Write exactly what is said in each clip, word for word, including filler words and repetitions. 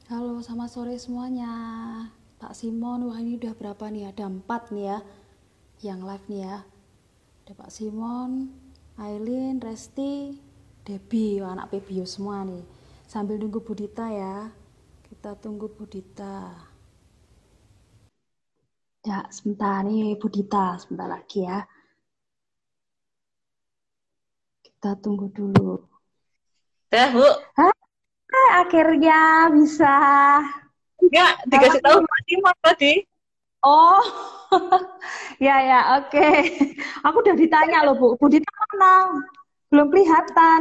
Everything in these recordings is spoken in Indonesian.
Halo, selamat sore semuanya. Pak Simon, wah ini udah berapa nih? Ada empat nih ya, yang live nih ya. Ada Pak Simon, Aileen, Resti, Debbie, wah, anak Pebio semua nih. Sambil nunggu Budita ya. Kita tunggu Budita. Ya, sebentar nih Budita, sebentar lagi ya. Kita tunggu dulu. Dah, Bu. Hah, akhirnya bisa. Enggak, Selamat dikasih tahu Pak Simon tadi. Oh, ya ya, oke. Aku udah ditanya loh Bu, Budita mana? Belum kelihatan.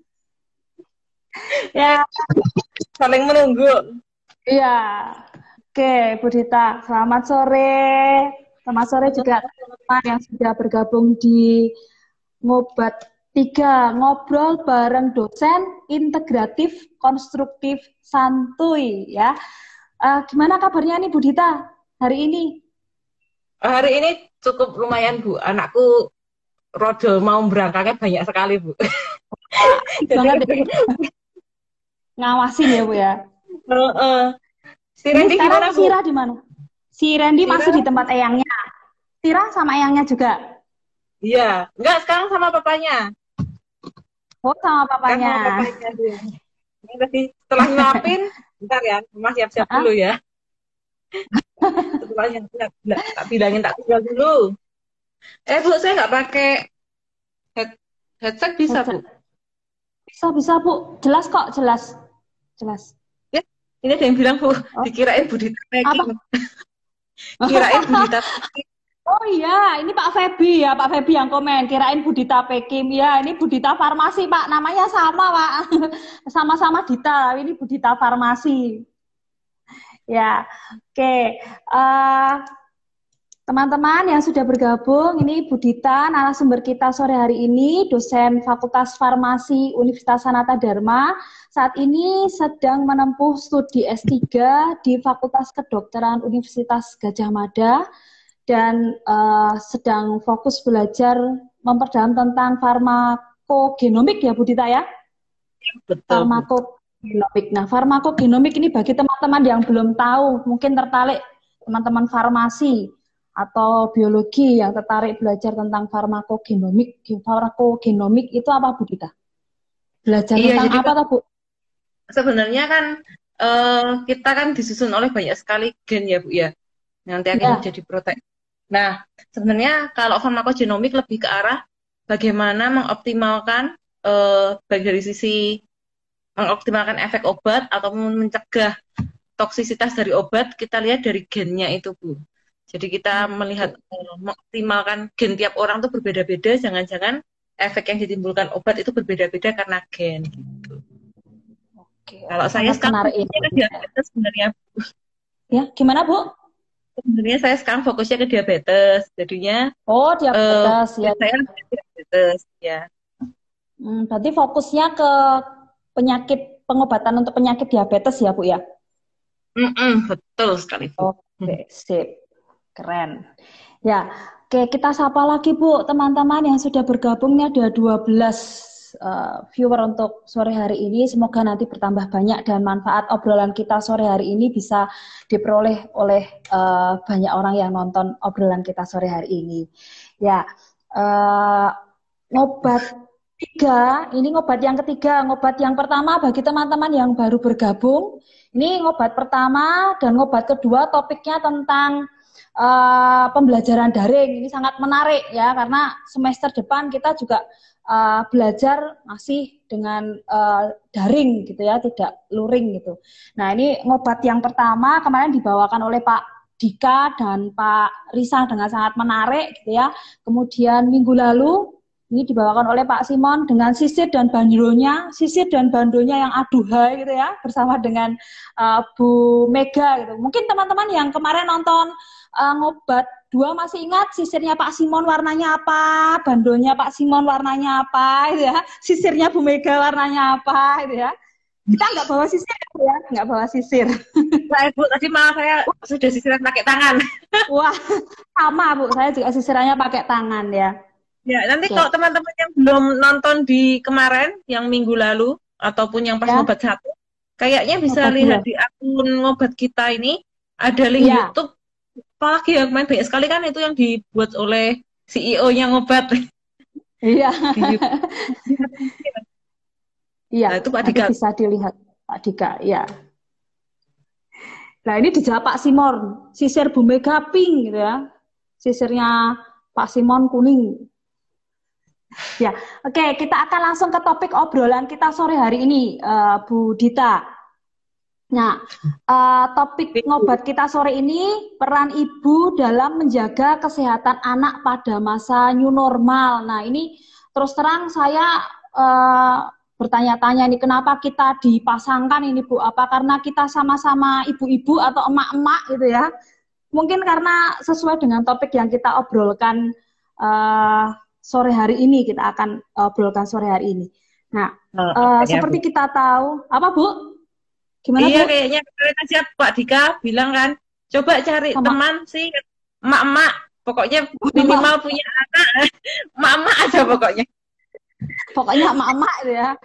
Ya, Ya, saling menunggu. iya. Oke, Budita, selamat sore. Selamat sore juga teman-teman yang sudah bergabung di Ngobat tiga, ngobrol bareng dosen integratif, konstruktif, santuy ya. Eh, gimana kabarnya nih Budita hari ini? Hari ini cukup lumayan, Bu. Anakku rodo mau berangkatnya banyak sekali, Bu. Pak, Jadi banget udah, ya, ngawasin ya Bu ya. uh, uh. Si Ini Randy sekarang gimana, Bu? Sira di mana? Si Randy Sira? masih di tempat eyangnya. Sira sama eyangnya juga. Iya. Enggak, sekarang sama papanya. Oh, sama Sekarang papanya. sama papanya dia. Ini tadi setelah nyuapin, bentar ya, Mama siap-siap Ah, dulu ya. Setelah siap-siap, tak bilangin tak tinggal dulu. Eh, Bu, saya nggak pakai head, headset bisa, Bu? headset. Bisa, bisa, Bu. Jelas kok, jelas. Jelas. Ya, ini ada yang bilang, Bu, Oh, dikirain Budita apa? packing. Kirain Budita. Oh iya, ini Pak Febi ya, Pak Febi yang komen. Kirain Budita Pekim. Ya, ini Budita Farmasi, Pak. Namanya sama, Pak. Sama-sama Dita, ini Budita Farmasi. Ya, oke. Eh, Teman-teman yang sudah bergabung, ini Budita, narasumber kita sore hari ini, dosen Fakultas Farmasi Universitas Sanata Dharma. Saat ini sedang menempuh studi S tiga di Fakultas Kedokteran Universitas Gadjah Mada dan uh, sedang fokus belajar memperdalam tentang farmakogenomik ya Budita ya? Betul, Bu. Farmakogenomik. Nah, farmakogenomik ini bagi teman-teman yang belum tahu, mungkin tertarik teman-teman farmasi atau biologi yang tertarik belajar tentang farmakogenomik. Farmakogenomik itu apa, Bu Dita? Belajar Iya, tentang jadi apa, kan toh, Bu? sebenarnya kan eh, kita kan disusun oleh banyak sekali gen ya, Bu ya. Nanti akan Ya, menjadi protein. Nah, sebenarnya kalau farmakogenomik lebih ke arah bagaimana mengoptimalkan eh, baik dari sisi mengoptimalkan efek obat ataupun mencegah toksisitas dari obat, kita lihat dari gennya itu, Bu. Jadi kita oke. melihat eh, mengoptimalkan gen tiap orang tuh berbeda-beda, jangan-jangan efek yang ditimbulkan obat itu berbeda-beda karena gen. Oke, Kalau oh, saya sangat sekarang menarik ini, fokusnya Bu ke Dita. diabetes sebenarnya. Ya, gimana, Bu? Sebenarnya saya sekarang fokusnya ke diabetes. Jadinya Oh, eh, diabetes ya. saya diabetes ya. Hmm, berarti fokusnya ke penyakit pengobatan untuk penyakit diabetes ya, Bu ya? Mm-mm, betul sekali, Bu. Oke, sip. Keren. Ya, oke kita sapa lagi Bu, teman-teman yang sudah bergabung ini ada dua belas uh, viewer untuk sore hari ini. Semoga nanti bertambah banyak dan manfaat obrolan kita sore hari ini bisa diperoleh oleh uh, banyak orang yang nonton obrolan kita sore hari ini. Ya, uh, ngobat tiga, ini ngobat yang ketiga, ngobat yang pertama bagi teman-teman yang baru bergabung. Ini ngobat pertama dan ngobat kedua topiknya tentang uh, pembelajaran daring. Ini sangat menarik ya karena semester depan kita juga uh, belajar masih dengan uh, daring gitu ya, tidak luring gitu. Nah, ini ngobat yang pertama kemarin dibawakan oleh Pak Dika dan Pak Risa dengan sangat menarik gitu ya. Kemudian minggu lalu ini dibawakan oleh Pak Simon dengan sisir dan bandonya, sisir dan bandonya yang aduhai gitu ya, bersama dengan uh, Bu Mega gitu. Mungkin teman-teman yang kemarin nonton uh, ngobat dua masih ingat sisirnya Pak Simon warnanya apa, bandonya Pak Simon warnanya apa, gitu ya, sisirnya Bu Mega warnanya apa, gitu ya. Kita nggak bawa sisir ya, nggak bawa sisir. Saya, Bu, tadi malah saya sudah sisiran pakai tangan. Wah, sama Bu, saya juga sisirannya pakai tangan ya. Ya, nanti Oke, kalau teman-teman yang belum nonton di kemarin, yang minggu lalu, ataupun yang pas ya, ngobat satu, Kayaknya bisa Obat lihat ya. di akun ngobat kita ini ada link Iya, YouTube. Apalagi yang main banyak sekali kan itu yang dibuat oleh C E O-nya ngobat iya, di YouTube. iya. Nah, itu Pak Nanti Dika. bisa dilihat Pak Dika. Ya. Nah ini dijawab Pak Simon, sisir Bu Mega pink gitu ya, sisirnya Pak Simon kuning. Ya, oke kita akan langsung ke topik obrolan kita sore hari ini, uh, Bu Dita. Nah, uh, topik ngobat kita sore ini peran ibu dalam menjaga kesehatan anak pada masa new normal. Nah, ini terus terang saya uh, bertanya-tanya nih kenapa kita dipasangkan ini Bu? Apa karena kita sama-sama ibu-ibu atau emak-emak gitu ya? Mungkin karena sesuai dengan topik yang kita obrolkan uh, sore hari ini, kita akan obrolkan sore hari ini. Nah, Oh, uh, ya, Bu. seperti kita tahu, apa Bu? Gimana Iya, Bu? kayaknya kemarin aja Pak Dika bilang kan, coba cari Sama teman sih, emak-emak, pokoknya minimal punya anak, emak-emak aja pokoknya. pokoknya emak-emak gitu ya.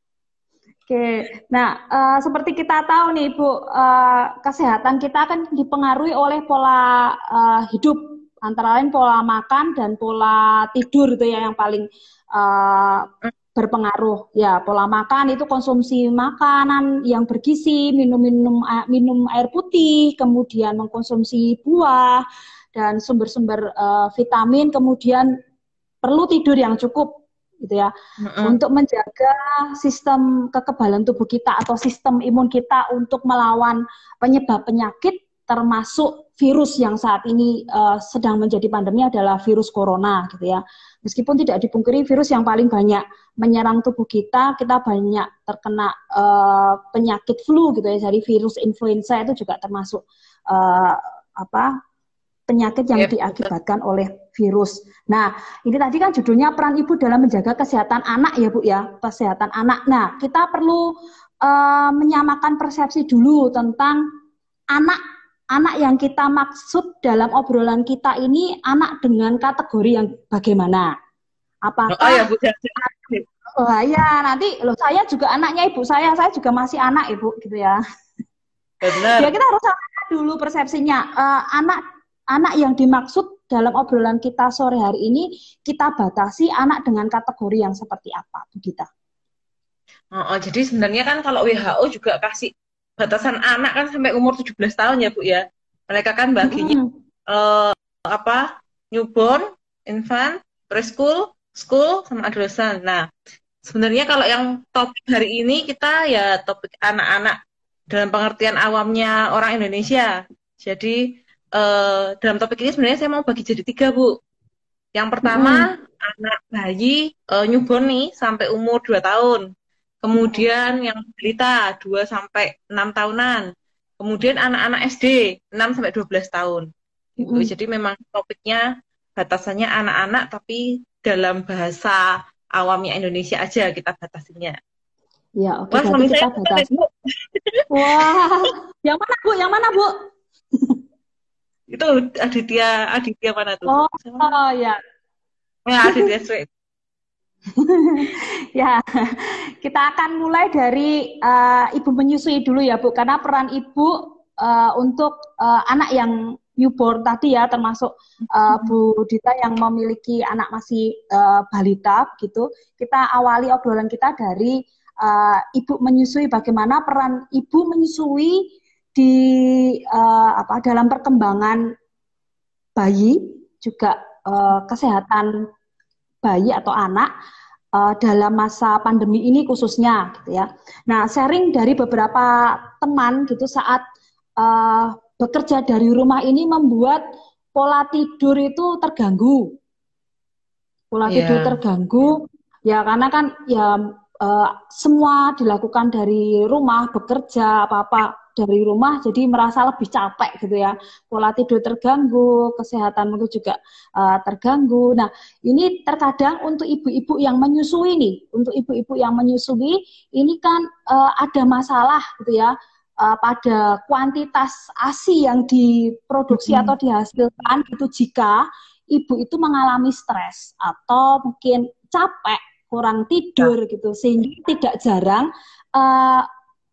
Oke, nah uh, seperti kita tahu nih Bu, uh, kesehatan kita kan dipengaruhi oleh pola uh, hidup, antara lain pola makan dan pola tidur itu ya yang paling uh, berpengaruh. Ya, pola makan itu konsumsi makanan yang bergizi, minum-minum minum air putih, kemudian mengkonsumsi buah dan sumber-sumber uh, vitamin, kemudian perlu tidur yang cukup gitu ya. Mm-mm. Untuk menjaga sistem kekebalan tubuh kita atau sistem imun kita untuk melawan penyebab penyakit termasuk virus yang saat ini uh, sedang menjadi pandemi adalah virus corona gitu ya. Meskipun tidak dipungkiri virus yang paling banyak menyerang tubuh kita, kita banyak terkena uh, penyakit flu gitu ya. Jadi virus influenza itu juga termasuk uh, apa penyakit yang Yep. diakibatkan oleh virus. Nah, ini tadi kan judulnya peran ibu dalam menjaga kesehatan anak ya Bu ya, kesehatan anak. Nah, kita perlu uh, menyamakan persepsi dulu tentang anak anak yang kita maksud dalam obrolan kita ini anak dengan kategori yang bagaimana? Apakah Oh ya Bu, oh ya nanti loh saya juga anaknya ibu saya, saya juga masih anak ibu gitu ya. benar. Ya kita harus sama dulu persepsinya. Uh, anak anak yang dimaksud dalam obrolan kita sore hari ini kita batasi anak dengan kategori yang seperti apa, Bu Dita? Oh, oh, jadi sebenarnya kan kalau W H O juga kasih batasan anak kan sampai umur tujuh belas tahun ya Bu ya. Mereka kan baginya Hmm. uh, apa? Newborn, infant, preschool, school sama adolescent. Nah, sebenarnya kalau yang topik hari ini kita ya topik anak-anak dalam pengertian awamnya orang Indonesia. Jadi uh, dalam topik ini sebenarnya saya mau bagi jadi tiga Bu. Yang pertama Hmm. anak bayi uh, newborn nih sampai umur dua tahun. Kemudian yang balita dua sampai enam tahunan. Kemudian anak-anak S D enam sampai dua belas tahun. Gitu. Hmm. Jadi memang topiknya batasannya anak-anak tapi dalam bahasa awamnya Indonesia aja kita batasinya. Ya, oke Wah, berarti suami saya kita bukan batasi. Bu. Wah, yang mana Bu? Yang mana Bu? Itu Aditya, Aditya mana tuh? Oh, Siapa? oh ya. Ya, Aditya Sweet. Ya, kita akan mulai dari uh, ibu menyusui dulu ya Bu, karena peran ibu uh, untuk uh, anak yang newborn tadi ya, termasuk uh, Bu Dita yang memiliki anak masih uh, balita gitu. Kita awali obrolan kita dari uh, ibu menyusui, bagaimana peran ibu menyusui di uh, apa dalam perkembangan bayi, juga uh, kesehatan bayi atau anak uh, dalam masa pandemi ini khususnya gitu ya. Nah, sharing dari beberapa teman gitu saat uh, bekerja dari rumah ini membuat pola tidur itu terganggu. Pola Yeah. tidur terganggu ya karena kan ya uh, semua dilakukan dari rumah, bekerja apa-apa dari rumah, jadi merasa lebih capek gitu ya. Pola tidur terganggu, kesehatan itu juga uh, terganggu. Nah, ini terkadang untuk ibu-ibu yang menyusui nih, untuk ibu-ibu yang menyusui, ini kan uh, ada masalah gitu ya, uh, pada kuantitas ASI yang diproduksi Hmm. atau dihasilkan gitu jika ibu itu mengalami stres atau mungkin capek, kurang tidur gitu, sehingga tidak jarang uh,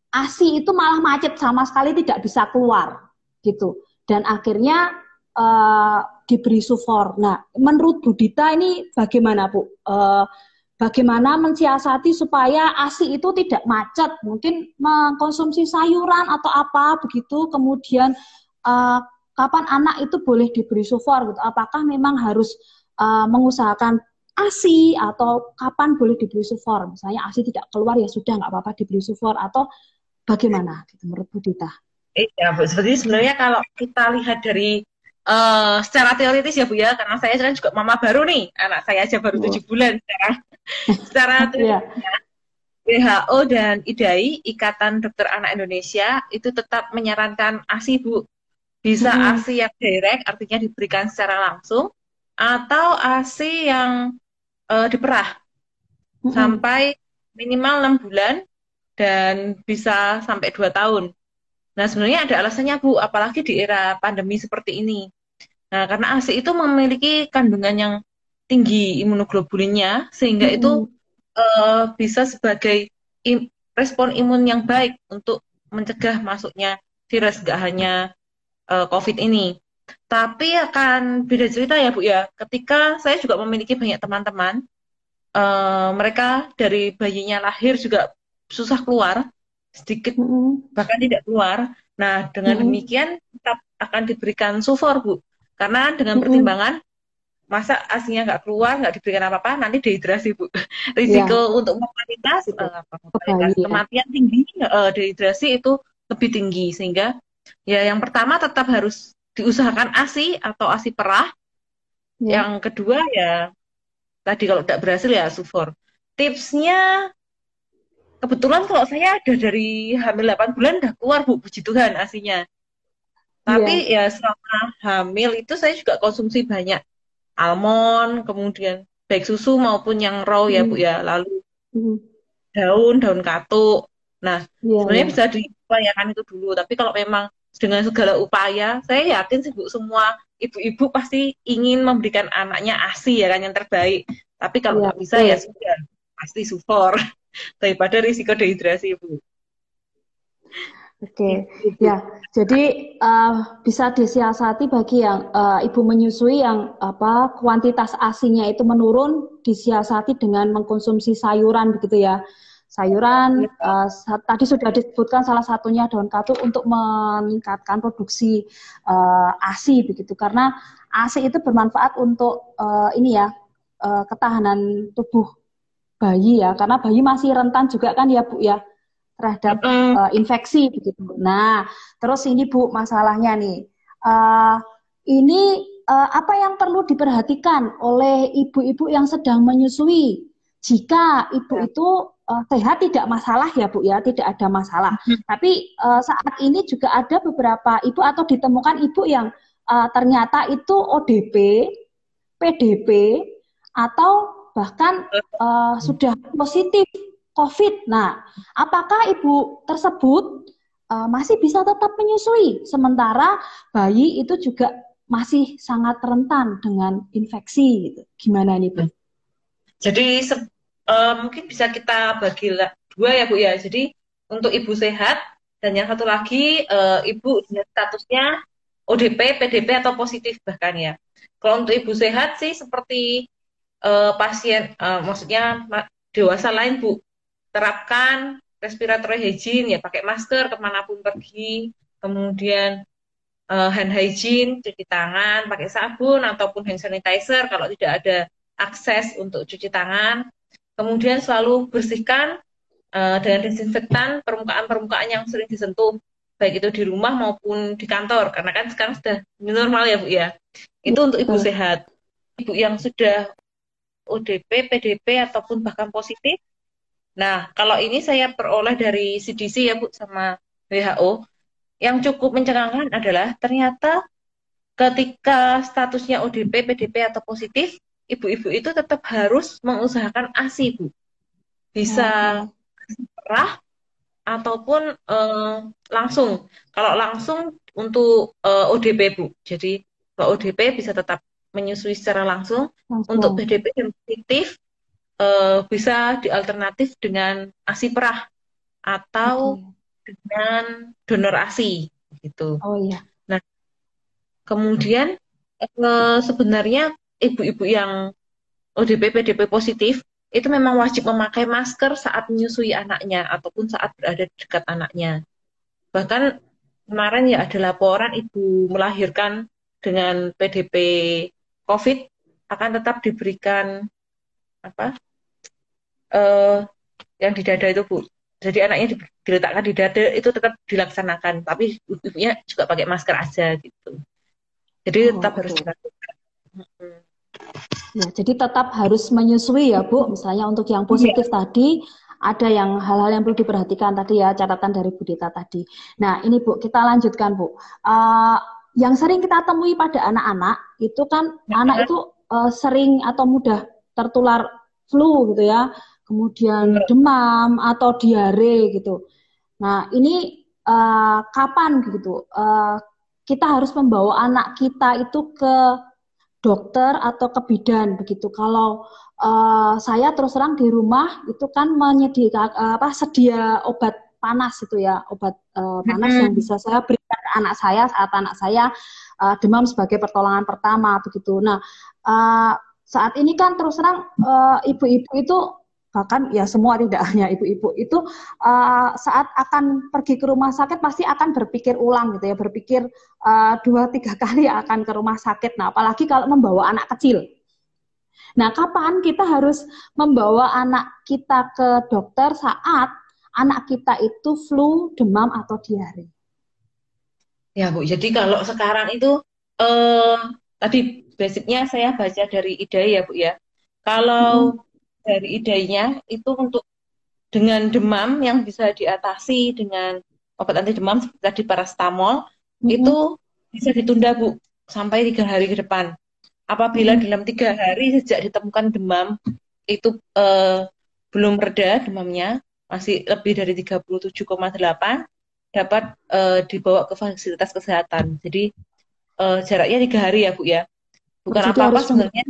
ASI itu malah macet sama sekali tidak bisa keluar gitu. Dan akhirnya uh, diberi sufor. Nah, menurut Bu Dita ini bagaimana Bu? Uh, bagaimana mensiasati supaya ASI itu tidak macet? Mungkin mengkonsumsi sayuran atau apa begitu, kemudian uh, kapan anak itu boleh diberi sufor gitu? Apakah memang harus uh, mengusahakan ASI atau kapan boleh diberi sufor? Misalnya ASI tidak keluar ya sudah nggak apa-apa diberi sufor atau bagaimana gitu menurut Bu Dita? Iya Bu, seperti sebenarnya kalau kita lihat dari uh, secara teoritis ya Bu ya, karena saya kan juga mama baru nih, anak saya aja baru tujuh bulan sekarang. Secara teoritisnya W H O dan I D A I, Ikatan Dokter Anak Indonesia, itu tetap menyarankan ASI Bu. Bisa hmm. ASI yang direct, artinya diberikan secara langsung, atau ASI yang uh, diperah hmm. sampai minimal enam bulan dan bisa sampai dua tahun. Nah, sebenarnya ada alasannya, Bu, apalagi di era pandemi seperti ini. Nah, karena ASI itu memiliki kandungan yang tinggi imunoglobulinnya, sehingga mm-hmm. itu uh, bisa sebagai im respon imun yang baik untuk mencegah masuknya virus, nggak hanya uh, COVID ini. Tapi akan beda cerita ya, Bu, ya. Ketika saya juga memiliki banyak teman-teman, uh, mereka dari bayinya lahir juga susah keluar, sedikit mm-hmm. bahkan tidak keluar. Nah, dengan mm-hmm. demikian tetap akan diberikan sufor, Bu. Karena dengan mm-hmm. pertimbangan masa ASInya nggak keluar, nggak diberikan apa-apa, nanti dehidrasi, Bu. Risiko yeah. untuk mortalitas, uh, mortalitas okay, kematian yeah. tinggi, uh, dehidrasi itu lebih tinggi. Sehingga ya yang pertama tetap harus diusahakan ASI atau ASI perah. Yeah. Yang kedua ya tadi kalau tidak berhasil ya sufor. Tipsnya kebetulan kalau saya ada dari hamil delapan bulan udah keluar, Bu, puji Tuhan ASInya. Tapi yeah. ya selama hamil itu saya juga konsumsi banyak almond, kemudian baik susu maupun yang raw mm. ya, Bu ya. Lalu mm. daun, daun katuk. Nah, yeah, sebenarnya yeah. bisa diupayakan itu dulu. Tapi kalau memang dengan segala upaya, saya yakin sih, Bu, semua ibu-ibu pasti ingin memberikan anaknya ASI ya kan yang terbaik. Tapi kalau nggak yeah, bisa yeah. ya sudah pasti sufor. Daripada risiko dehidrasi, Bu. Oke, okay. ya. Jadi uh, bisa disiasati bagi yang uh, ibu menyusui yang apa kuantitas ASINya itu menurun, disiasati dengan mengkonsumsi sayuran begitu ya. Sayuran uh, tadi sudah disebutkan salah satunya daun katuk untuk meningkatkan produksi uh, ASI begitu. Karena ASI itu bermanfaat untuk uh, ini ya uh, ketahanan tubuh bayi ya, karena bayi masih rentan juga kan ya, Bu ya, terhadap uh, infeksi begitu. Nah, terus ini Bu masalahnya nih, uh, ini uh, apa yang perlu diperhatikan oleh ibu-ibu yang sedang menyusui? Jika ibu itu uh, sehat tidak masalah ya, Bu ya, tidak ada masalah. Hmm. Tapi uh, saat ini juga ada beberapa ibu atau ditemukan ibu yang uh, ternyata itu O D P, P D P atau bahkan uh, sudah positif COVID. Nah, apakah ibu tersebut uh, masih bisa tetap menyusui, sementara bayi itu juga masih sangat rentan dengan infeksi? Gitu. Gimana nih, Bu? Jadi uh, mungkin bisa kita bagi dua ya, Bu ya. Jadi untuk ibu sehat dan yang satu lagi uh, ibu statusnya O D P, P D P atau positif bahkan ya. Kalau untuk ibu sehat sih seperti Uh, pasien, uh, maksudnya dewasa lain, Bu, terapkan respiratory hygiene ya, pakai masker kemanapun pergi, kemudian uh, hand hygiene, cuci tangan pakai sabun ataupun hand sanitizer kalau tidak ada akses untuk cuci tangan, kemudian selalu bersihkan uh, dengan desinfektan permukaan-permukaan yang sering disentuh, baik itu di rumah maupun di kantor, karena kan sekarang sudah normal ya, Bu ya. Itu untuk ibu sehat. Ibu yang sudah O D P, P D P ataupun bahkan positif. Nah, kalau ini saya peroleh dari C D C ya, Bu, sama W H O. Yang cukup mencengangkan adalah ternyata ketika statusnya O D P, P D P atau positif, ibu-ibu itu tetap harus mengusahakan ASI, Bu. Bisa perah ataupun eh, langsung. Kalau langsung untuk eh, O D P, Bu. Jadi kalau O D P bisa tetap menyusui secara langsung. langsung. Untuk P D P yang positif uh, bisa dialternatif dengan ASI perah atau okay. dengan donor ASI gitu. Oh iya. Nah, kemudian eh, sebenarnya ibu-ibu yang O D P P D P positif itu memang wajib memakai masker saat menyusui anaknya ataupun saat berada di dekat anaknya. Bahkan kemarin ya ada laporan ibu melahirkan dengan P D P COVID akan tetap diberikan apa eh, yang di dada itu Bu. Jadi anaknya di- diletakkan di dada itu tetap dilaksanakan, tapi ibunya juga pakai masker aja gitu. Jadi Oh, tetap harus oke. dilakukan. Mm-mm. Ya, jadi tetap harus menyusui ya, Bu. Misalnya untuk yang Iya, positif tadi, ada yang hal-hal yang perlu diperhatikan tadi ya, catatan dari Bu Dita tadi. Nah, ini Bu, kita lanjutkan Bu. Uh, yang sering kita temui pada anak-anak, itu kan anak itu uh, sering atau mudah tertular flu gitu ya, kemudian benar. demam atau diare gitu. Nah, ini uh, kapan gitu? Uh, kita harus membawa anak kita itu ke dokter atau ke bidan begitu. Kalau uh, saya terus terang di rumah itu kan menyediakan uh, apa sedia obat panas itu ya, obat uh, panas yang Mm-mm. bisa saya berikan ke anak saya saat anak saya uh, demam sebagai pertolongan pertama begitu. Nah, uh, saat ini kan terus terang uh, ibu-ibu itu bahkan ya semua tidak hanya ibu-ibu itu uh, saat akan pergi ke rumah sakit pasti akan berpikir ulang gitu ya, berpikir uh, dua tiga kali akan ke rumah sakit. Nah, apalagi kalau membawa anak kecil. Nah, kapan kita harus membawa anak kita ke dokter saat anak kita itu flu, demam atau diare? Ya Bu, jadi kalau sekarang itu eh tadi basicnya saya baca dari I D A I ya Bu ya. Kalau Mm-mm. dari I D A I-nya itu untuk dengan demam yang bisa diatasi dengan obat anti demam seperti tadi paracetamol itu Mm-mm. bisa ditunda Bu sampai tiga hari ke depan. Apabila Mm-mm. dalam tiga hari sejak ditemukan demam itu eh, belum reda demamnya, masih lebih dari tiga puluh tujuh koma delapan, dapat eh, dibawa ke fasilitas kesehatan. Jadi eh, jaraknya tiga hari ya Bu ya. Oh, Bukan jadi apa-apa harus tunggu. sebenarnya,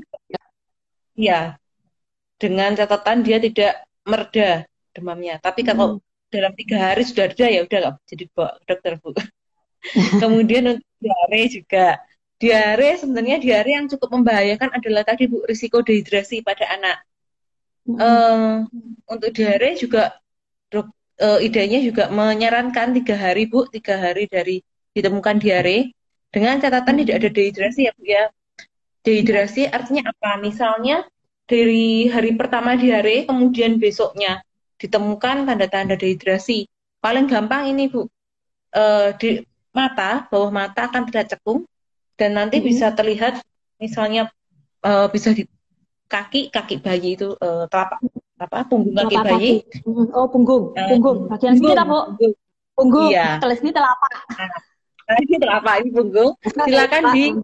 ya dengan catatan dia tidak mereda demamnya. Tapi kalau Mm-mm. dalam tiga hari sudah reda ya udah nggak jadi bawa ke dokter Bu. Kemudian untuk diare juga. Diare sebenarnya diare yang cukup membahayakan adalah tadi Bu risiko dehidrasi pada anak. Mm-mm. Eh, untuk diare juga dok, eh, idenya juga menyarankan tiga hari Bu, tiga hari dari ditemukan diare dengan catatan tidak Mm-mm. ada dehidrasi ya Bu ya. Ya. Dehidrasi artinya apa? Misalnya dari hari pertama diare, kemudian besoknya ditemukan tanda-tanda dehidrasi. Paling gampang ini Bu, eh, di mata, bawah mata akan terlihat cekung dan nanti Mm-mm. bisa terlihat misalnya eh, bisa di kaki kaki bayi itu eh, telapak apa punggung kaki Telapak bayi, kaki. Mm-mm. Oh, punggung. eh, Punggung. Bagian sini punggung, tak, Bu? punggung, Punggung. iya. Kalau sini telapak. Nah, ini telapak ini punggung, silakan di Telapak.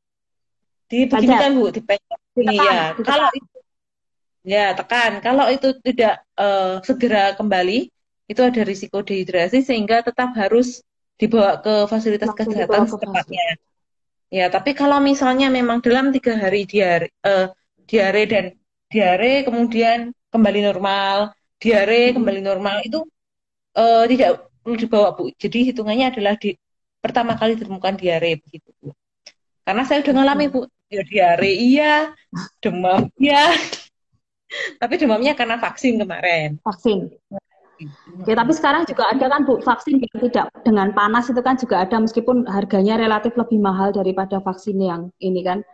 dibeginikan Pacet. Bu, dipencet ini Ditekan. ya. Kalau Ditekan. Ya, tekan. Kalau itu tidak eh, segera kembali, itu ada risiko dehidrasi sehingga tetap harus dibawa ke fasilitas Langsung kesehatan dibawa ke secepatnya. fasilitas. Ya, tapi kalau misalnya memang dalam tiga hari diare, eh, diare dan diare kemudian kembali normal, diare Mm-mm. kembali normal itu eh, tidak perlu dibawa Bu. Jadi hitungannya adalah di pertama kali ditemukan diare begitu Bu. Karena saya udah ngalami Oke. Bu, ya diare iya, demam iya, tapi demamnya karena vaksin kemarin. Vaksin. Oke, tapi Mm-mm. sekarang juga ada kan Bu vaksin yang tidak dengan panas itu kan juga ada meskipun harganya relatif lebih mahal daripada vaksin yang ini kan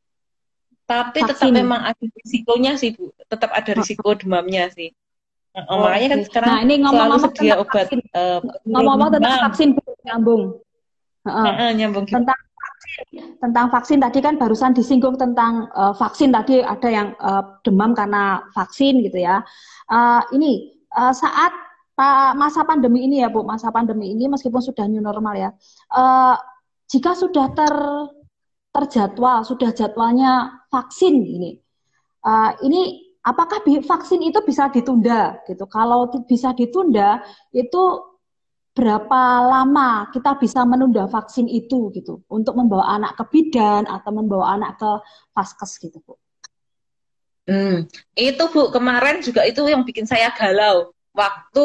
Tapi tetap vaksin. memang ada risikonya sih, Bu. Tetap ada risiko demamnya sih. Nah, Oh, makanya oke. kan sekarang Nah, ini selalu ngomong-ngomong sedia tentang obat vaksin. eh, penurun Ngomong-ngomong tentang demam. vaksin Bu, nyambung. Heeh. Heeh, nyambung gimana? Tentang tentang vaksin tadi kan barusan disinggung tentang uh, vaksin tadi ada yang uh, demam karena vaksin gitu ya. Uh, ini uh, saat uh, masa pandemi ini ya Bu, masa pandemi ini meskipun sudah new normal ya, uh, jika sudah ter terjadwal, sudah jadwalnya vaksin ini, uh, ini apakah vaksin itu bisa ditunda gitu? Kalau bisa ditunda itu berapa lama kita bisa menunda vaksin itu gitu untuk membawa anak ke bidan atau membawa anak ke vaskes gitu Bu. Hmm, itu Bu, kemarin juga itu yang bikin saya galau. Waktu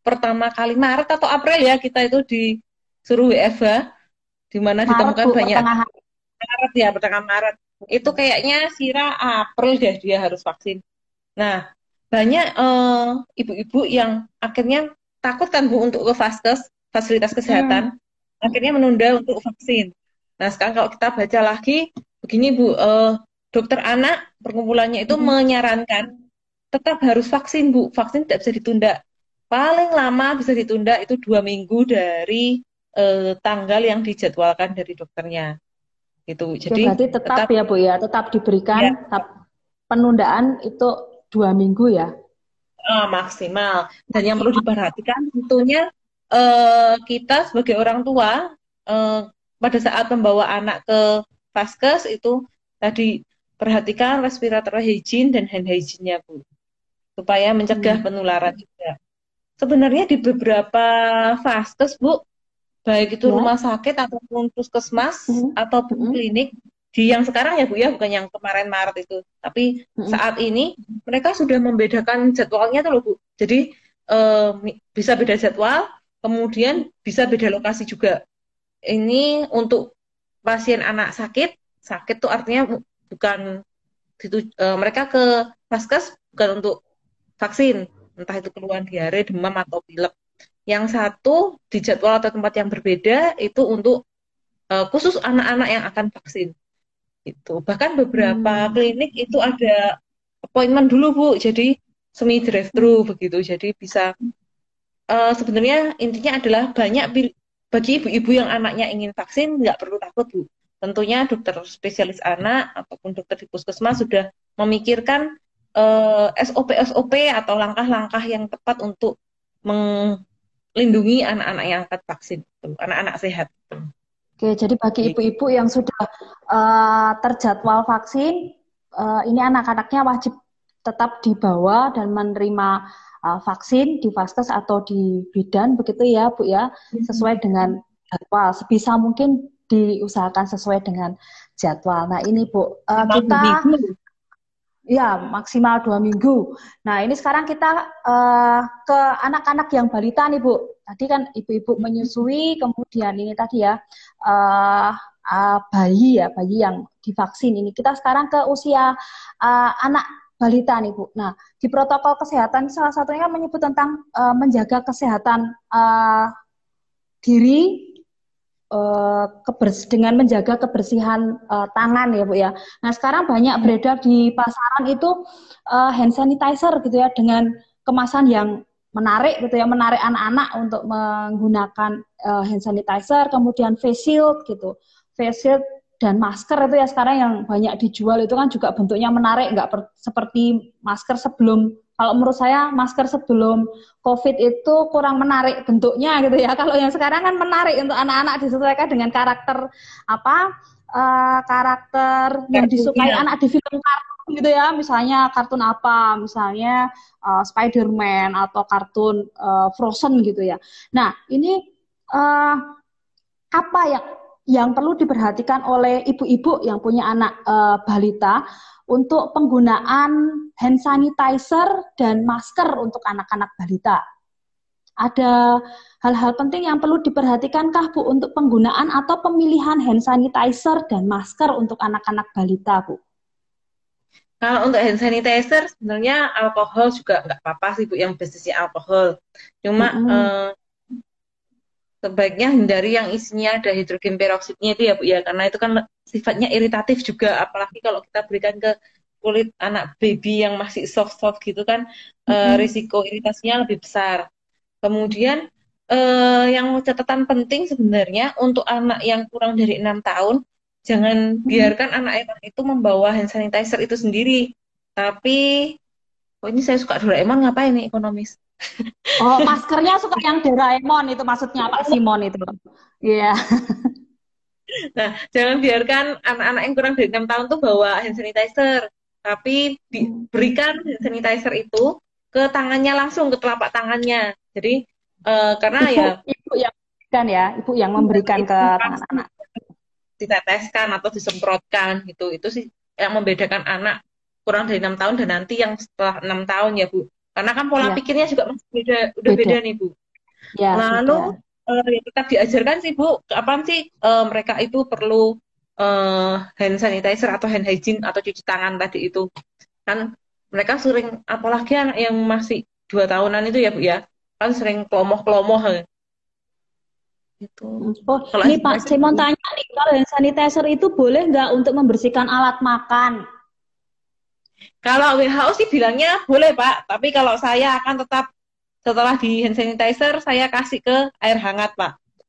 pertama kali Maret atau April ya kita itu disuruh W F H, di mana Maret ditemukan Bu, banyak pertengahan. Maret ya, pertengahan Maret. Itu kayaknya Sira April deh dia harus vaksin. Nah, banyak eh, ibu-ibu yang akhirnya takut kan Bu untuk ke vaskes, fasilitas Hmm. kesehatan, akhirnya menunda untuk vaksin. Nah, sekarang kalau kita baca lagi, begini Bu, eh, dokter anak perkumpulannya itu Hmm. menyarankan tetap harus vaksin Bu, vaksin tidak bisa ditunda. Paling lama bisa ditunda itu dua minggu dari eh, tanggal yang dijadwalkan dari dokternya. Gitu. Oke, Jadi berarti tetap tetap ya Bu ya, tetap diberikan ya tap- penundaan itu dua minggu ya. eh, maksimal. Dan yang perlu diperhatikan tentunya eh, kita sebagai orang tua eh, pada saat membawa anak ke vaskes itu tadi perhatikan respiratory hygiene dan hand hygiene-nya Bu, supaya mencegah Hmm. penularan juga. Sebenarnya di beberapa vaskes Bu, baik itu Ya. rumah sakit ataupun puskesmas Hmm. ataupun Hmm. klinik di yang sekarang ya Bu ya, bukan yang kemarin Maret itu, tapi Hmm. saat ini mereka sudah membedakan jadwalnya tuh loh Bu. Jadi eh, bisa beda jadwal, kemudian bisa beda lokasi juga. Ini untuk pasien anak sakit, sakit tuh artinya bukan itu, eh, mereka ke vaskes bukan untuk vaksin, entah itu keluhan diare, demam atau pilek. Yang satu di jadwal atau tempat yang berbeda itu untuk uh, khusus anak-anak yang akan vaksin. Itu bahkan beberapa Hmm. klinik itu ada appointment dulu Bu, jadi semi drive Hmm. thru begitu. Jadi bisa uh, sebenarnya intinya adalah banyak bagi ibu-ibu yang anaknya ingin vaksin nggak perlu takut Bu. Tentunya dokter spesialis anak ataupun dokter di puskesmas sudah memikirkan uh, S O P-S O P atau langkah-langkah yang tepat untuk melindungi anak-anak yang akan vaksin, anak-anak sehat. Oke, jadi bagi Gitu. ibu-ibu yang sudah uh, terjadwal vaksin, uh, ini anak-anaknya wajib tetap dibawa dan menerima uh, vaksin di vaskes atau di bidan, begitu ya Bu ya, sesuai dengan jadwal. Sebisa mungkin diusahakan sesuai dengan jadwal. Nah ini Bu, uh, Minimal dua kita minggu. ya, maksimal dua minggu. Nah, ini sekarang kita uh, ke anak-anak yang balita nih, Bu. Tadi kan ibu-ibu menyusui, kemudian ini tadi ya, uh, uh, bayi ya, bayi yang divaksin ini. Kita sekarang ke usia uh, anak balita nih, Bu. Nah, di protokol kesehatan salah satunya menyebut tentang uh, menjaga kesehatan uh, diri uh, kebers dengan menjaga kebersihan uh, tangan ya Bu ya. Nah sekarang banyak beredar di pasaran itu uh, hand sanitizer gitu ya dengan kemasan yang menarik gitu ya, menarik anak-anak untuk menggunakan uh, hand sanitizer, kemudian face shield gitu, face shield dan masker itu ya sekarang yang banyak dijual itu kan juga bentuknya menarik, nggak per, seperti masker sebelum. Kalau menurut saya masker sebelum COVID itu kurang menarik bentuknya gitu ya. Kalau yang sekarang kan menarik untuk anak-anak disesuaikan dengan karakter apa uh, karakter yang disukai Kartunya. anak di film kartun gitu ya. Misalnya kartun apa? Misalnya uh, Spider-Man atau kartun uh, Frozen gitu ya. Nah ini uh, apa yang yang perlu diperhatikan oleh ibu-ibu yang punya anak uh, balita untuk penggunaan hand sanitizer dan masker untuk anak-anak balita? Ada hal-hal penting yang perlu diperhatikankah Bu untuk penggunaan atau pemilihan hand sanitizer dan masker untuk anak-anak balita Bu? Kalau untuk hand sanitizer sebenarnya alkohol juga nggak apa-apa sih Bu, yang basisnya alkohol. Cuma Mm-mm. eh, sebaiknya hindari yang isinya ada hidrogen peroksidnya itu ya Bu ya, karena itu kan sifatnya iritatif juga, apalagi kalau kita berikan ke kulit anak baby yang masih soft-soft gitu kan, eh, Mm-mm. risiko iritasinya lebih besar. Kemudian eh, yang catatan penting sebenarnya untuk anak yang kurang dari enam tahun, jangan Mm-mm. biarkan anak-anak itu membawa hand sanitizer itu sendiri. Tapi, oh ini saya suka Doraemon, ngapain nih ekonomis? Oh, maskernya suka yang Doraemon itu maksudnya Pak Simon itu. Iya. Yeah. Nah, jangan biarkan anak-anak yang kurang dari enam tahun tuh bawa hand sanitizer, tapi diberikan hand sanitizer itu ke tangannya langsung, ke telapak tangannya. Jadi, eh, karena Ibu ya ibu yang memberikan ya, ibu yang memberikan itu ke tangan langsung anak. diteteskan atau disemprotkan gitu. Itu sih yang membedakan anak kurang dari enam tahun dan nanti yang setelah enam tahun ya Bu. Karena kan pola Ya, pikirnya juga masih beda, udah beda. beda nih Bu. Ya, Lalu beda. eh, ya tetap diajarkan sih Bu, kapan sih eh, mereka itu perlu eh, hand sanitizer atau hand hygiene atau cuci tangan tadi itu. Kan mereka sering, apalagi anak yang masih dua tahunan itu ya Bu ya, kan sering kelomoh-kelomoh gitu. Hmm. Oh, Kalau hand ini Pak, sanitizer saya mau Bu, tanya nih, kalau hand sanitizer itu boleh nggak untuk membersihkan alat makan? kalau W H O sih bilangnya boleh Pak, tapi kalau saya akan tetap setelah di hand sanitizer saya kasih ke air hangat Pak.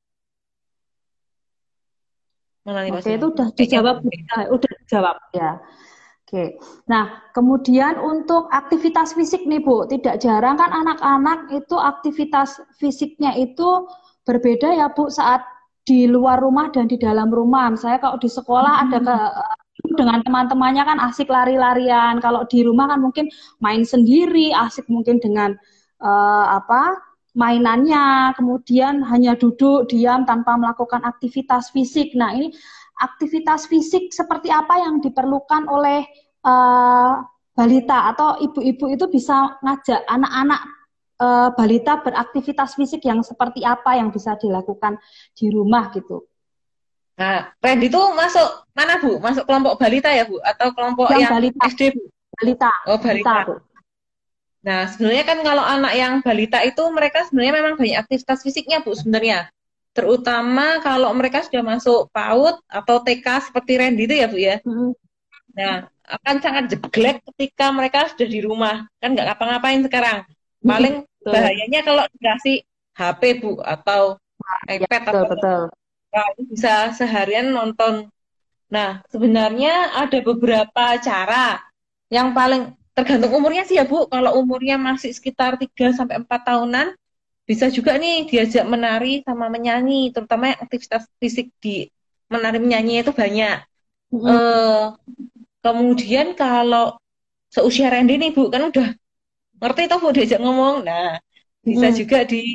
Mana nih Mas Oke, itu Ilham? udah Kayaknya dijawab, boleh. ah, udah dijawab ya. Oke. Nah, kemudian untuk aktivitas fisik nih Bu, tidak jarang kan anak-anak itu aktivitas fisiknya itu berbeda ya Bu saat di luar rumah dan di dalam rumah. Misalnya kalau di sekolah ada ke dengan teman-temannya kan asik lari-larian. Kalau di rumah kan mungkin main sendiri, asik mungkin dengan eh, apa mainannya, kemudian hanya duduk diam tanpa melakukan aktivitas fisik. Nah, ini aktivitas fisik seperti apa yang diperlukan oleh uh, balita atau ibu-ibu itu bisa ngajak anak-anak uh, balita beraktivitas fisik yang seperti apa yang bisa dilakukan di rumah gitu. Nah, Randy itu masuk mana Bu? Masuk kelompok balita ya Bu? Atau kelompok Yang yang balita, S D Bu? balita, Oh balita, balita. Bu. Nah, sebenarnya kan kalau anak yang balita itu mereka sebenarnya memang banyak aktivitas fisiknya Bu sebenarnya. Terutama kalau mereka sudah masuk PAUD atau T K seperti Randy itu ya Bu ya. Mm-hmm. Nah, akan sangat jeglek ketika mereka sudah di rumah. Kan nggak ngapa-ngapain sekarang. Paling Betul, bahayanya kalau dikasih H P Bu atau ya, iPad betul, atau betul. apa, bisa seharian nonton. Nah, sebenarnya ada beberapa cara yang paling tergantung umurnya sih ya Bu. Kalau umurnya masih sekitar tiga sampai empat tahunan, bisa juga nih diajak menari sama menyanyi, terutama yang aktivitas fisik di menari menyanyi itu banyak. Mm-hmm. Eh, kemudian kalau seusia Randy nih Bu, kan udah ngerti toh Bu diajak ngomong. Nah, bisa Mm-hmm. juga di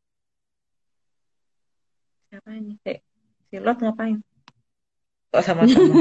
apa ini? Eh, Silot ngapain? Kok sama-sama?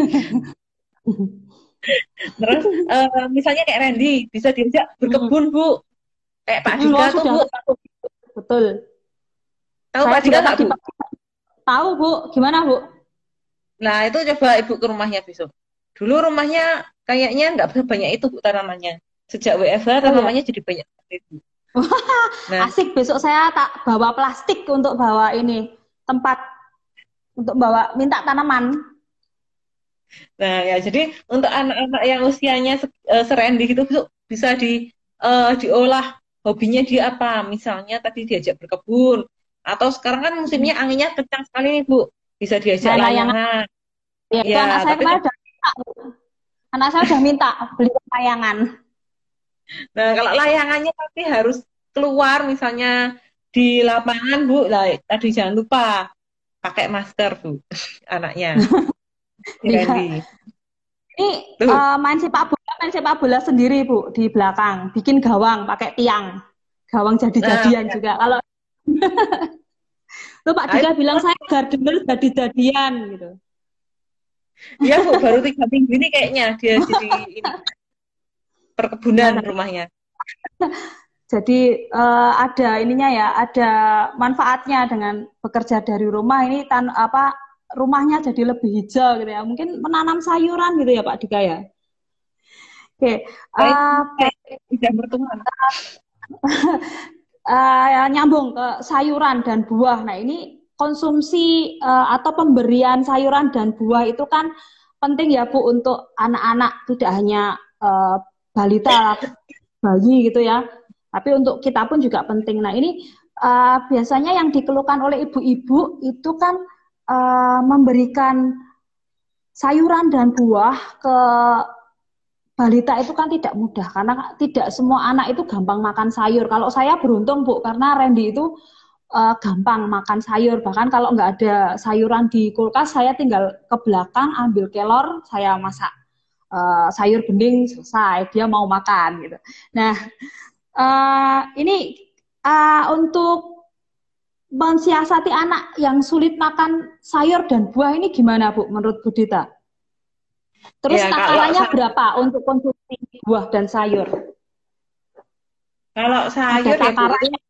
Terus eh, misalnya kayak Randy bisa diajak berkebun Bu. Kayak Pak Mm-hmm. Dika Oh, tuh sudah Bu. betul. Tahu Saya Pak Dika juga nggak tadi Bu? tahu Bu, gimana Bu? Nah itu coba Ibu ke rumahnya besok. Dulu rumahnya kayaknya nggak banyak itu Bu tanamannya. Sejak W F H Oh ya. tanamannya jadi banyak itu. Nah, Asik, besok saya tak bawa plastik untuk bawa ini tempat untuk bawa minta tanaman. nah ya jadi untuk anak-anak yang usianya se- eh, serendi gitu Bu, bisa di eh, diolah hobinya dia apa? Misalnya tadi diajak berkebun atau sekarang kan musimnya anginnya kencang sekali nih Bu. Bisa diajak Main layangan. layangan. Ya, itu Ya, anak saya tapi kemarin udah minta. Anak saya udah minta beli layangan. nah, kalau layangannya tapi harus keluar misalnya di lapangan, Bu. Lah, tadi jangan lupa pakai masker, Bu. Anaknya, si Randy. Iya. Ini Tuh. uh, main sepak bola, main sepak bola sendiri Bu di belakang, bikin gawang pakai tiang, gawang Nah, jadi-jadian ya. juga. Kalau tuh Pak Nah, Dika itu, bilang saya gardener jadi-jadian gitu. ya, Bu, baru tiga minggu ini kayaknya dia jadi ini perkebunan Gimana? rumahnya. Jadi uh, ada ininya ya, ada manfaatnya dengan bekerja dari rumah ini tan apa rumahnya jadi lebih hijau gitu ya. Mungkin menanam sayuran gitu ya Pak Dika ya. Oke, Kayak, uh, kayak tidak bertumbuh. uh, nyambung ke sayuran dan buah. Nah ini konsumsi uh, atau pemberian sayuran dan buah itu kan penting ya Bu untuk anak-anak tidak hanya uh, balita, bayi gitu ya. Tapi untuk kita pun juga penting. Nah ini uh, biasanya yang dikeluhkan oleh ibu-ibu itu kan uh, memberikan sayuran dan buah ke balita itu kan tidak mudah karena tidak semua anak itu gampang makan sayur. Kalau saya beruntung Bu karena Randy itu uh, gampang makan sayur. Bahkan kalau nggak ada sayuran di kulkas saya tinggal ke belakang ambil kelor saya masak uh, sayur bening selesai dia mau makan gitu. Nah uh, ini uh, untuk mensiasati anak yang sulit makan sayur dan buah ini gimana Bu menurut Bu Dita? Terus Ya, kalau takarannya saya, berapa untuk konsumsi buah dan sayur? Kalau Ada sayur ya Bu, itu takarannya.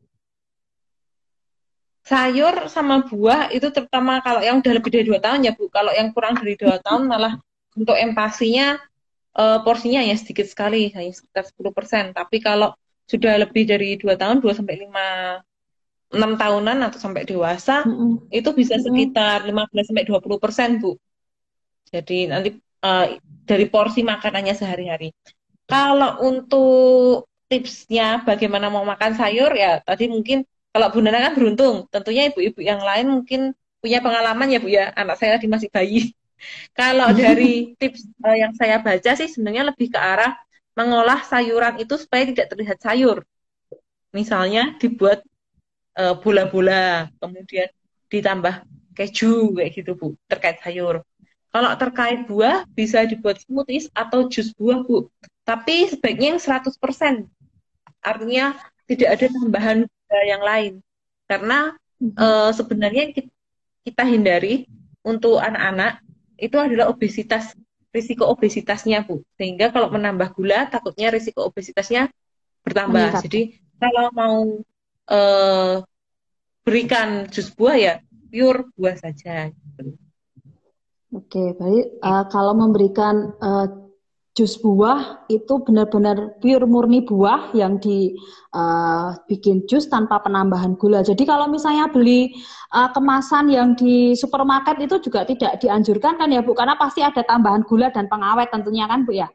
sayur sama buah itu terutama kalau yang udah lebih dari dua tahun ya Bu. Kalau yang kurang dari dua tahun malah untuk empasinya eh, porsinya hanya sedikit sekali, hanya sekitar sepuluh persen. Tapi kalau sudah lebih dari dua tahun, dua sampai lima, enam tahunan atau sampai dewasa, Mm-mm. itu bisa Mm-mm. sekitar lima belas sampai dua puluh persen Bu. Jadi nanti eh, dari porsi makanannya sehari-hari. Kalau untuk tipsnya bagaimana mau makan sayur ya tadi mungkin kalau Bu Nana kan beruntung, tentunya ibu-ibu yang lain mungkin punya pengalaman ya Bu ya, anak saya tadi masih bayi. Kalau dari tips eh, yang saya baca sih sebenarnya lebih ke arah mengolah sayuran itu supaya tidak terlihat sayur. Misalnya dibuat eh, bola-bola, kemudian ditambah keju kayak gitu Bu, terkait sayur. Kalau terkait buah bisa dibuat smoothies atau jus buah Bu. Tapi sebaiknya yang seratus persen. Artinya tidak ada tambahan gula yang lain. Karena Mhm. eh, sebenarnya yang ki- kita hindari untuk anak-anak itu adalah obesitas, risiko obesitasnya Bu. Sehingga kalau menambah gula takutnya risiko obesitasnya bertambah. Meningkat. Jadi kalau mau eh, berikan jus buah ya pure buah saja. Gitu. Oke, baik. Eh, kalau memberikan eh, jus buah itu benar-benar pure murni buah yang dibikin jus tanpa penambahan gula. Jadi kalau misalnya beli eh, kemasan yang di supermarket itu juga tidak dianjurkan kan ya Bu, karena pasti ada tambahan gula dan pengawet tentunya kan Bu ya.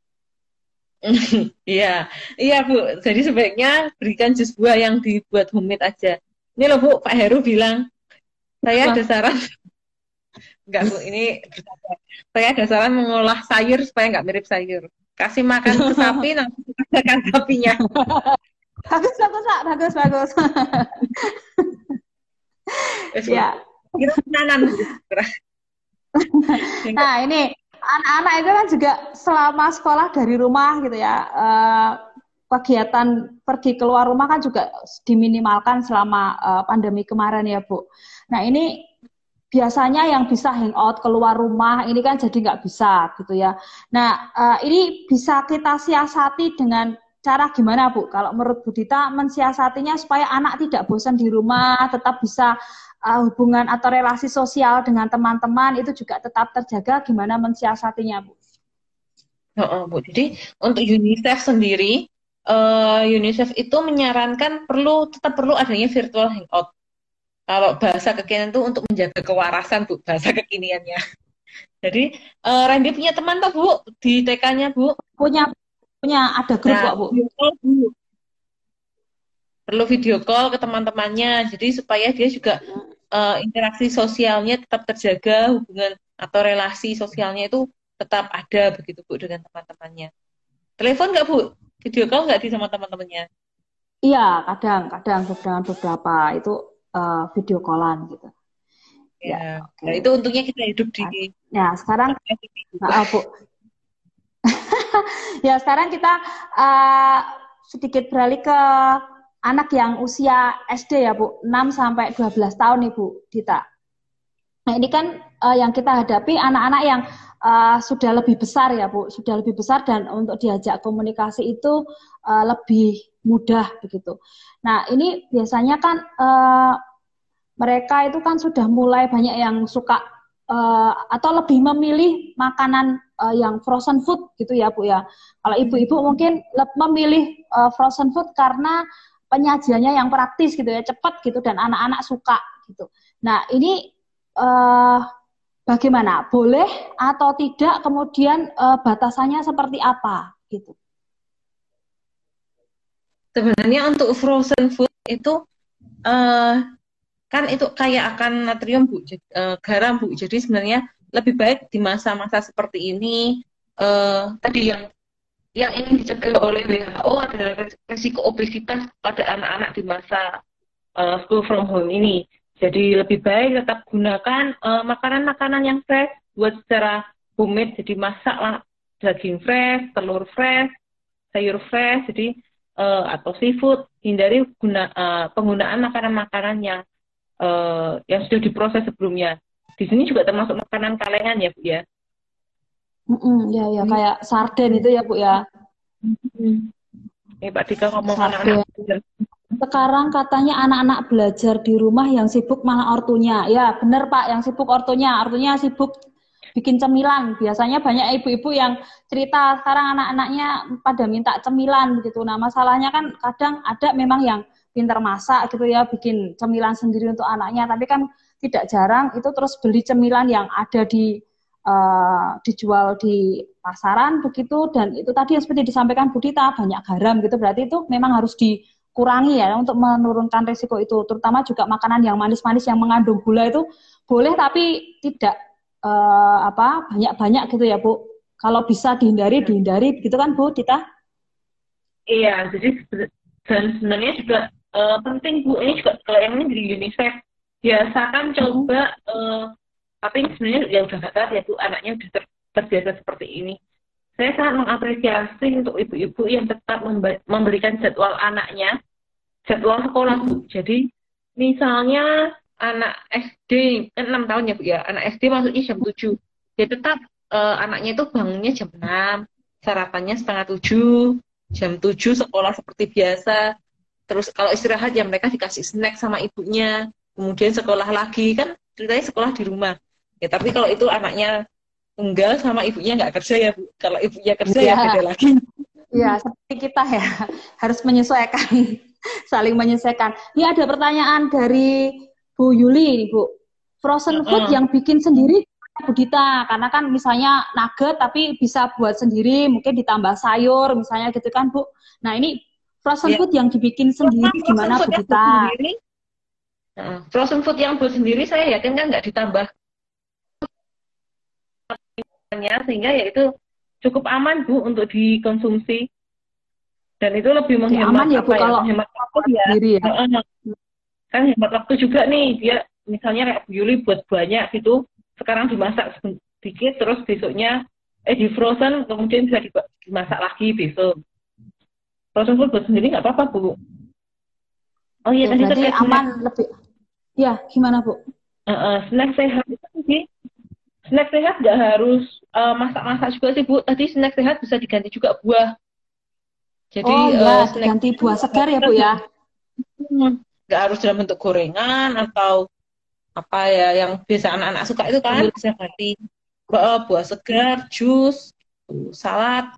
Iya, iya Bu. Jadi sebaiknya berikan jus buah yang dibuat homemade aja. Ini loh Bu, Pak Heru bilang, saya ada saran, enggak Bu, ini bercanda. Saya ada saran mengolah sayur supaya nggak mirip sayur. Kasih makan ke sapi, nanti makan sapinya. Bagus, bagus, Pak. Bagus, bagus. Wes Bu, Ya. kita tenanan Bu. Nah, ini anak-anak itu kan juga selama sekolah dari rumah gitu ya, eh, kegiatan pergi keluar rumah kan juga diminimalkan selama eh, pandemi kemarin ya, Bu. Nah, ini biasanya yang bisa hangout keluar rumah ini kan jadi nggak bisa gitu ya. Nah, eh, ini bisa kita siasati dengan cara gimana Bu? Kalau menurut Bu Dita mensiasatinya supaya anak tidak bosan di rumah, tetap bisa uh, hubungan atau relasi sosial dengan teman-teman itu juga tetap terjaga, gimana mensiasatinya Bu? Oh, oh, Bu. Jadi untuk UNICEF sendiri, eh, UNICEF itu menyarankan perlu tetap perlu adanya virtual hangout. Kalau bahasa kekinian itu untuk menjaga kewarasan Bu, bahasa kekiniannya. Jadi eh, Randy punya teman tuh Bu di T K-nya Bu. Punya punya ada grup Nah, kok Bu. video call, Bu. Perlu video call ke teman-temannya. Jadi supaya dia juga eh, interaksi sosialnya tetap terjaga, hubungan atau relasi sosialnya itu tetap ada begitu Bu dengan teman-temannya. Telepon nggak Bu? Video call nggak di sama teman-temannya? Iya, kadang-kadang dengan beberapa itu uh, video callan gitu. Ya. Ya, oke. Nah, itu untungnya kita hidup di Nah, sekarang Bu. uh, Bu. Ya, sekarang kita uh, sedikit beralih ke anak yang usia S D ya, Bu. enam sampai dua belas tahun nih, Bu Dita. Nah, ini kan uh, yang kita hadapi anak-anak yang uh, sudah lebih besar ya, Bu. Sudah lebih besar dan untuk diajak komunikasi itu uh, lebih mudah begitu. Nah, ini biasanya kan uh, mereka itu kan sudah mulai banyak yang suka uh, atau lebih memilih makanan uh, yang frozen food gitu ya Bu ya. Kalau ibu-ibu mungkin memilih uh, frozen food karena penyajiannya yang praktis gitu ya, cepat gitu dan anak-anak suka gitu. Nah ini uh, bagaimana? Boleh atau tidak? Kemudian uh, batasannya seperti apa gitu? Sebenarnya untuk frozen food itu uh, kan itu kaya akan natrium Bu, jadi, uh, garam Bu. Jadi sebenarnya lebih baik di masa-masa seperti ini uh, tadi yang yang ingin dicegah oleh W H O adalah risiko obesitas pada anak-anak di masa uh, school from home ini. Jadi lebih baik tetap gunakan uh, makanan-makanan yang fresh buat secara homemade. Jadi masaklah daging fresh, telur fresh, sayur fresh, jadi uh, atau seafood. Hindari guna, uh, penggunaan makanan-makanan yang uh, yang sudah diproses sebelumnya. Di sini juga termasuk makanan kalengan ya Bu ya. Mm-mm, ya ya Ini, kayak sarden itu ya Bu ya. hmm. Ini Pak Dika ngomong Sabar. anak-anak belajar. Sekarang katanya anak-anak belajar di rumah yang sibuk malah ortunya. Ya, benar Pak, yang sibuk ortunya. Ortunya sibuk bikin cemilan. Biasanya banyak ibu-ibu yang cerita sekarang anak-anaknya pada minta cemilan begitu. Nah, masalahnya kan kadang ada memang yang pintar masak gitu ya, bikin cemilan sendiri untuk anaknya. Tapi kan tidak jarang itu terus beli cemilan yang ada di uh, dijual di pasaran begitu. Dan itu tadi yang seperti disampaikan Bu Dita, banyak garam gitu. Berarti itu memang harus dikurangi ya untuk menurunkan risiko itu. Terutama juga makanan yang manis-manis yang mengandung gula itu boleh tapi tidak uh, apa banyak-banyak gitu ya Bu. Kalau bisa dihindari, dihindari gitu kan Bu Dita? Iya, jadi dan sebenarnya juga uh, penting Bu, ini juga kalau yang ini di UNICEF biasakan coba, uh, tapi sebenarnya ya udah gak tahu ya Bu, anaknya udah ter terbiasa seperti ini. Saya sangat mengapresiasi untuk ibu-ibu yang tetap memberikan jadwal anaknya, jadwal sekolah Bu. Jadi misalnya anak S D kan enam tahun ya Bu ya, anak S D masuknya jam tujuh. Ya tetap uh, anaknya itu bangunnya jam enam, sarapannya setengah tujuh, jam tujuh sekolah seperti biasa. Terus kalau istirahat ya mereka dikasih snack sama ibunya, kemudian sekolah lagi, kan ceritanya sekolah di rumah. Ya tapi kalau itu anaknya enggak sama ibunya nggak kerja ya Bu. Kalau ibunya kerja ya, ya beda lagi. Ya, seperti kita ya, harus menyesuaikan, saling menyesuaikan. Ini ada pertanyaan dari Bu Yuli, Bu. Frozen food uh -uh. yang bikin sendiri Bu Dita, karena kan misalnya nugget tapi bisa buat sendiri, mungkin ditambah sayur misalnya gitu kan Bu. Nah ini frozen yeah. food yang dibikin sendiri nah, gimana Bu Dita? Uh, frozen food yang buat sendiri saya yakin kan nggak ditambah sehingga ya itu cukup aman Bu untuk dikonsumsi dan itu lebih menghemat aman ya Bu apa kalau ya, hemat waktu ya. Sendiri, ya. Uh, kan hemat waktu juga nih, dia misalnya kayak Bu Yuli buat banyak gitu, sekarang dimasak sedikit terus besoknya eh di frozen kemudian bisa dimasak lagi besok. Frozen food buat sendiri nggak apa-apa Bu. Oh iya ya, tadi terkait aman snack. Lebih. Ya gimana Bu? Uh, uh, snack sehat itu sih. Snack sehat nggak harus masak-masak uh, juga sih Bu. Tadi snack sehat bisa diganti juga buah. Jadi oh iya, uh, snack ganti buah segar ya Bu ya. Nggak harus dalam bentuk gorengan atau apa ya yang biasa anak-anak suka itu kan, bisa ganti buah, buah segar, jus, salad.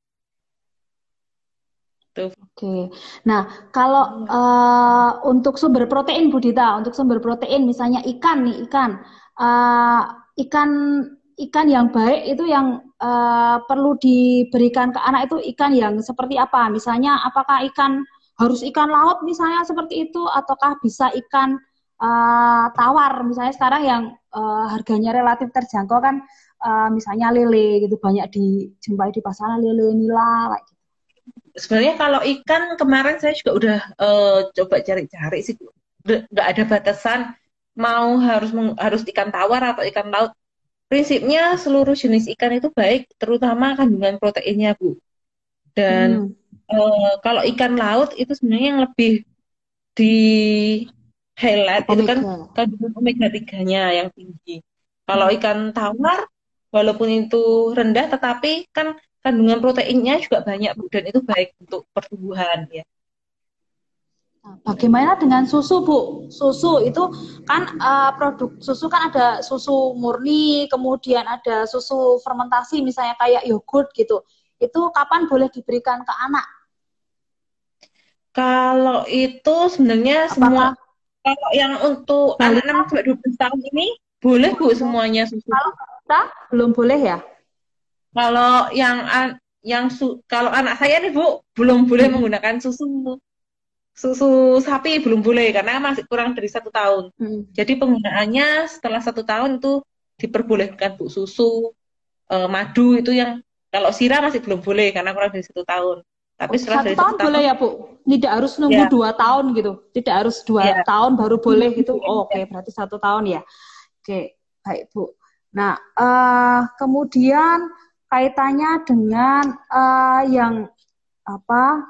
Tuh. Oke. Nah, kalau uh, untuk sumber protein Bu Dita, untuk sumber protein misalnya ikan nih, ikan. Uh, ikan ikan yang baik itu yang uh, perlu diberikan ke anak itu ikan yang seperti apa? Misalnya apakah ikan harus ikan laut misalnya seperti itu ataukah bisa ikan uh, tawar misalnya sekarang yang uh, harganya relatif terjangkau kan uh, misalnya lele gitu banyak dijumpai di pasaran lele nila like gitu. Sebenarnya kalau ikan kemarin saya juga udah uh, coba cari-cari sih nggak ada batasan mau harus harus ikan tawar atau ikan laut. Prinsipnya seluruh jenis ikan itu baik, terutama kandungan proteinnya Bu. Dan hmm. uh, kalau ikan laut itu sebenarnya yang lebih di highlight omega. Itu kan kandungan omega tiga-nya yang tinggi. Kalau hmm. ikan tawar walaupun itu rendah tetapi kan kandungan proteinnya juga banyak Bu, dan itu baik untuk pertumbuhan ya. Bagaimana dengan susu Bu? Susu itu kan uh, produk susu kan ada susu murni, kemudian ada susu fermentasi misalnya kayak yogurt gitu. Itu kapan boleh diberikan ke anak? Kalau itu sebenarnya Apakah? semua kalau yang untuk anak enam sampai dua belas tahun ini boleh Bu semuanya susu. Kalau kita belum boleh ya? Kalau yang yang su, kalau anak saya nih Bu belum boleh hmm. menggunakan susu susu sapi belum boleh karena masih kurang dari satu tahun. Hmm. Jadi penggunaannya setelah satu tahun itu diperbolehkan Bu, susu, e, madu itu yang kalau sirah masih belum boleh karena kurang dari satu tahun. Tapi oh, setelah satu dari tahun satu boleh tahun, ya Bu? Tidak harus nunggu ya. dua tahun gitu? Tidak harus dua ya. tahun baru boleh gitu? Oh, oke, okay. Berarti satu tahun ya? Oke, okay. Baik Bu. Nah, uh, kemudian kaitannya dengan uh, yang apa?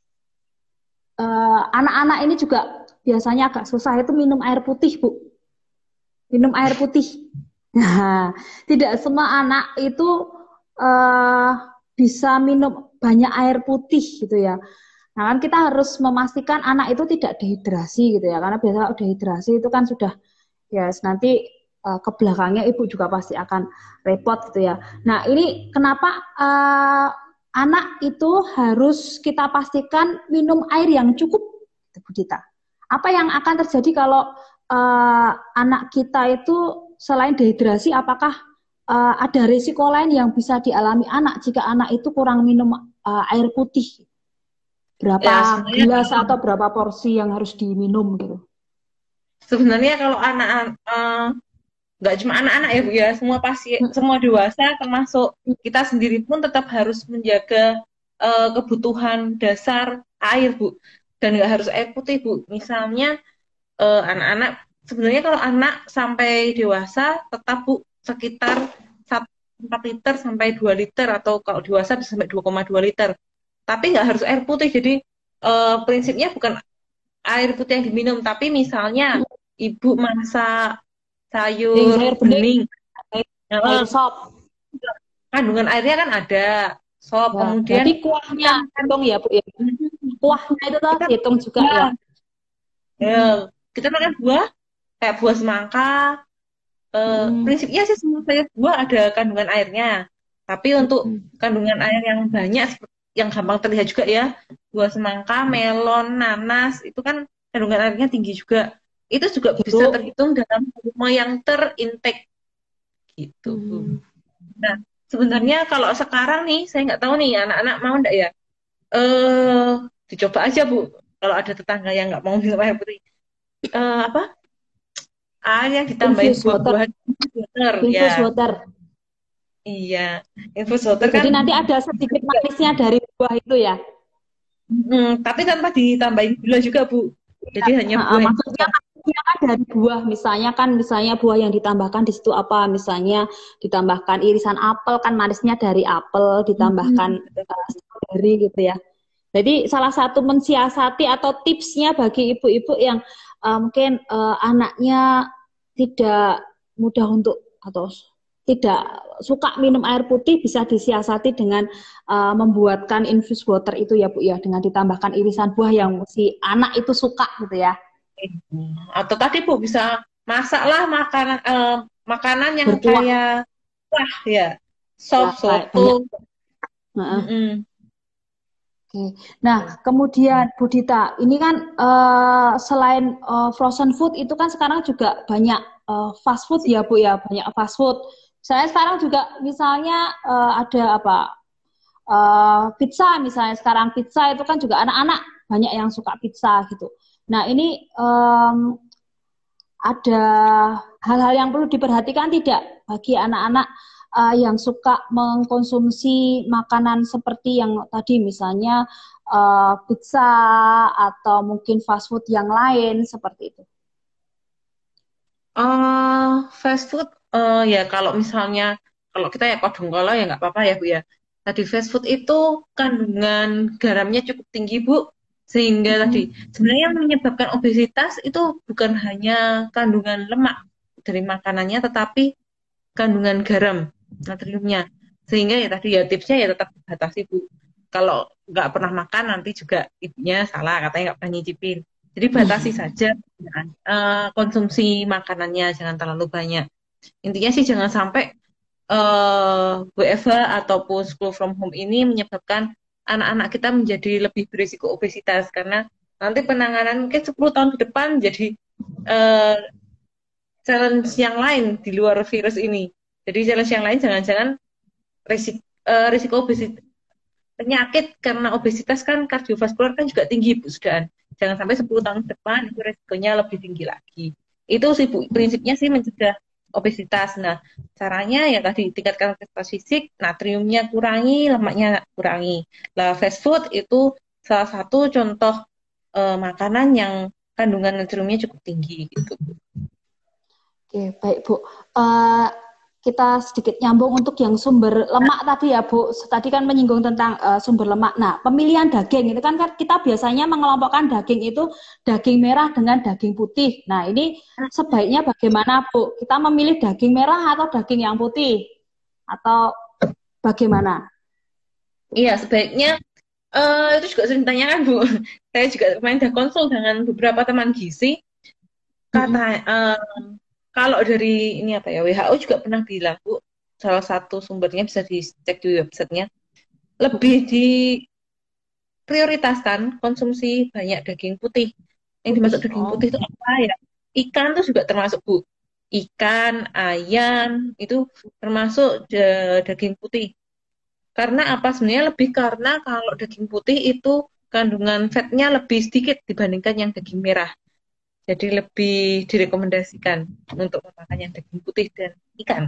Anak-anak uh, ini juga biasanya agak susah itu minum air putih, Bu. Minum air putih. Nah, tidak semua anak itu uh, bisa minum banyak air putih gitu ya. Nah, kan kita harus memastikan anak itu tidak dehidrasi gitu ya, karena biasanya dehidrasi itu kan sudah ya nanti uh, ke belakangnya ibu juga pasti akan repot gitu ya. Nah, ini kenapa uh, anak itu harus kita pastikan minum air yang cukup, Bu Dita. Apa yang akan terjadi kalau uh, anak kita itu selain dehidrasi, apakah uh, ada risiko lain yang bisa dialami anak jika anak itu kurang minum uh, air putih? Berapa Ya, gelas atau berapa porsi yang harus diminum gitu? sebenarnya kalau anak uh, nggak cuma anak-anak ya Bu ya, semua pasien, semua dewasa termasuk kita sendiri pun tetap harus menjaga uh, kebutuhan dasar air Bu, dan nggak harus air putih Bu. Misalnya uh, anak-anak, sebenarnya kalau anak sampai dewasa tetap Bu sekitar empat liter sampai dua liter, atau kalau dewasa bisa sampai dua koma dua liter. Tapi nggak harus air putih, jadi uh, prinsipnya bukan air putih yang diminum, tapi misalnya ibu masak sayur Sayur bening, bening, uh, sayur sop. kandungan airnya kan ada, sop, Ya, kemudian berarti kuahnya hitung ya Bu ya. Kuahnya itu tuh kita, hitung juga ya. ya, kita makan buah kayak buah semangka. Uh, Hmm. prinsipnya sih semua sayur buah ada kandungan airnya, tapi untuk Hmm. kandungan air yang banyak, yang gampang terlihat juga ya, buah semangka, melon, nanas, itu kan kandungan airnya tinggi juga. Itu juga Gitu. bisa terhitung dalam volume yang terintake gitu. Hmm. Nah, sebenarnya kalau sekarang nih, saya nggak tahu nih anak-anak mau nggak ya. Eh, dicoba aja Bu. Kalau ada tetangga yang nggak mau minum air putih, eh, apa? Air yang ditambahin Infused water. buah-buahan water, Infused ya. water. Iya, infus water Jadi kan. nanti ada sedikit manisnya dari buah itu ya. Hmm, tapi tanpa ditambahin gula juga Bu. Jadi Ya. hanya Nah, buah yang maksudnya manisnya kan dari buah, misalnya kan misalnya buah yang ditambahkan di situ apa, misalnya ditambahkan irisan apel kan manisnya dari apel, ditambahkan hmm. uh, stroberi gitu ya. Jadi salah satu mensiasati atau tipsnya bagi ibu-ibu yang uh, mungkin uh, anaknya tidak mudah untuk atau tidak suka minum air putih, bisa disiasati dengan uh, membuatkan infused water itu ya Bu ya, dengan ditambahkan irisan buah yang si anak itu suka gitu ya. Atau tadi Bu bisa masaklah makanan eh, makanan yang Berkuah. kayak wah ya, sop, Ya, soto. Nah, Mm-mm. Oke. Nah, kemudian Bu Dita, ini kan uh, selain uh, frozen food itu kan sekarang juga banyak uh, fast food ya Bu ya, banyak fast food. Saya sekarang juga misalnya uh, ada apa uh, pizza, misalnya sekarang pizza itu kan juga anak-anak banyak yang suka pizza gitu. Nah, ini um, ada hal-hal yang perlu diperhatikan tidak bagi anak-anak Uh, yang suka mengkonsumsi makanan seperti yang tadi misalnya uh, pizza atau mungkin fast food yang lain seperti itu? Uh, fast food, uh, ya kalau misalnya kalau kita ya kodong kala ya nggak apa-apa ya Bu ya. Tadi fast food itu kandungan garamnya cukup tinggi Bu, sehingga hmm. tadi sebenarnya yang menyebabkan obesitas itu bukan hanya kandungan lemak dari makanannya, tetapi kandungan garam natriumnya, sehingga ya tadi ya tipsnya ya tetap dibatasi Bu. Kalau nggak pernah makan nanti juga ibunya salah, katanya nggak pernah nyicipin. Jadi batasi hmm. saja uh, konsumsi makanannya, jangan terlalu banyak. Intinya sih jangan sampai uh, W F H ataupun school from home ini menyebabkan anak-anak kita menjadi lebih berisiko obesitas, karena nanti penanganan mungkin sepuluh tahun ke depan jadi uh, challenge yang lain di luar virus ini. Jadi challenge yang lain jangan-jangan risiko, uh, risiko obesitas, penyakit karena obesitas kan kardiovaskular kan juga tinggi Bu Sudahan. Jangan sampai sepuluh tahun ke depan itu risikonya lebih tinggi lagi. Itu sih Bu, prinsipnya sih mencegah obesitas. Nah, caranya ya tadi tingkatkan aktivitas fisik, natriumnya kurangi, lemaknya kurangi. Nah, fast food itu salah satu contoh uh, makanan yang kandungan natriumnya cukup tinggi gitu. Oke, baik Bu. Uh, kita sedikit nyambung untuk yang sumber lemak tadi ya Bu. Tadi kan menyinggung tentang uh, sumber lemak. Nah, pemilihan daging itu kan kita biasanya mengelompokkan daging itu daging merah dengan daging putih. Nah, ini sebaiknya bagaimana Bu? Kita memilih daging merah atau daging yang putih? Atau bagaimana? Iya, sebaiknya Eh, itu juga sering ditanyakan Bu. Saya juga kemarin udah konsul dengan beberapa teman gizi. Kata Mm-mm. eh, kalau dari ini apa ya W H O juga pernah bilang Bu, salah satu sumbernya bisa dicek di websitenya. Lebih Mm-mm. diprioritaskan konsumsi banyak daging putih. Yang Putih. dimaksud daging Oh, putih itu apa ya? Ikan tuh juga termasuk Bu. Ikan, ayam itu termasuk da- daging putih. Karena apa? Sebenarnya lebih karena kalau daging putih itu kandungan fatnya lebih sedikit dibandingkan yang daging merah. Jadi lebih direkomendasikan untuk memakan yang daging putih dan ikan.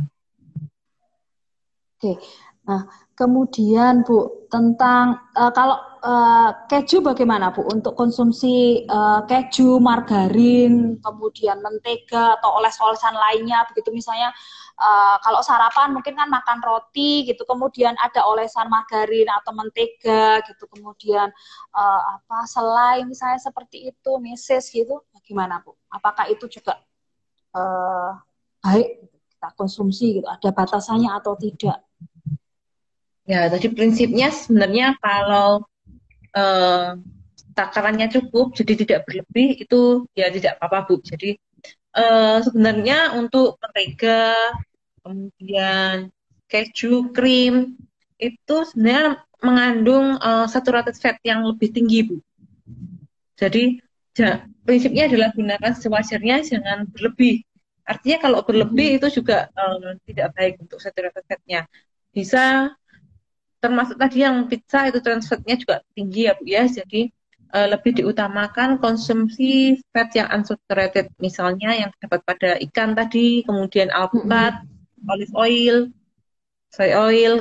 oke. Nah, kemudian Bu, tentang eh, kalau eh, keju bagaimana Bu untuk konsumsi eh, keju, margarin, kemudian mentega atau oles-olesan lainnya begitu misalnya eh, kalau sarapan mungkin kan makan roti gitu, kemudian ada olesan margarin atau mentega gitu, kemudian eh, apa selai misalnya seperti itu, meses gitu, bagaimana Bu? Apakah itu juga eh, baik gitu, kita konsumsi gitu, ada batasannya atau tidak? Ya, tadi prinsipnya sebenarnya kalau eh, takarannya cukup, jadi tidak berlebih, itu ya tidak apa-apa, Bu. Jadi eh, sebenarnya untuk mentega, kemudian keju, krim, itu sebenarnya mengandung eh, saturated fat yang lebih tinggi, Bu. Jadi ja- prinsipnya adalah gunakan sewajarnya, jangan berlebih. Artinya kalau berlebih Mm-mm. itu juga eh, tidak baik untuk saturated fat-nya. Bisa termasuk tadi yang pizza itu trans fatnya juga tinggi ya Bu ya. Jadi eh, lebih diutamakan konsumsi fat yang unsaturated, misalnya yang terdapat pada ikan tadi, kemudian alpukat, Mm-mm. olive oil, soy oil,